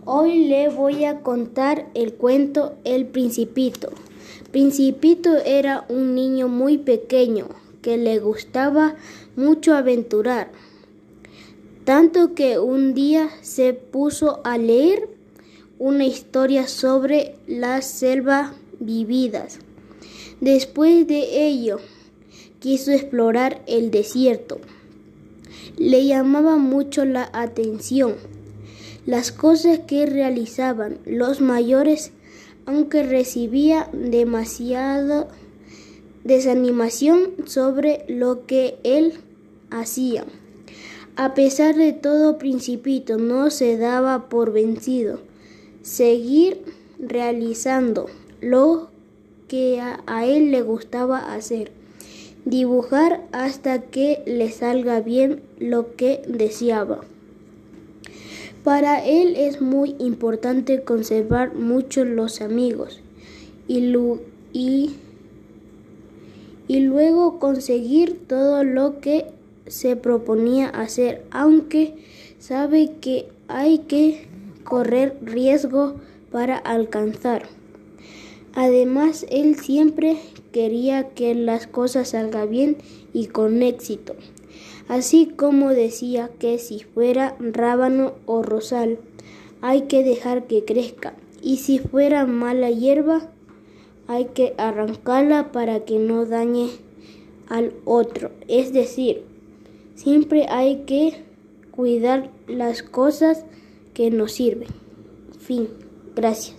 Hoy le voy a contar el cuento El Principito. Principito era un niño muy pequeño que le gustaba mucho aventurar, tanto que un día se puso a leer una historia sobre las selvas vividas. Después de ello, quiso explorar el desierto. Le llamaba mucho la atención las cosas que realizaban los mayores, aunque recibía demasiada desanimación sobre lo que él hacía. A pesar de todo, Principito no se daba por vencido. Seguir realizando lo que a él le gustaba hacer, dibujar hasta que le salga bien lo que deseaba. Para él es muy importante conservar mucho los amigos y luego conseguir todo lo que se proponía hacer, aunque sabe que hay que correr riesgo para alcanzar. Además, él siempre quería que las cosas salgan bien y con éxito. Así como decía que si fuera rábano o rosal, hay que dejar que crezca, y si fuera mala hierba, hay que arrancarla para que no dañe al otro. Es decir, siempre hay que cuidar las cosas que nos sirven. Fin. Gracias.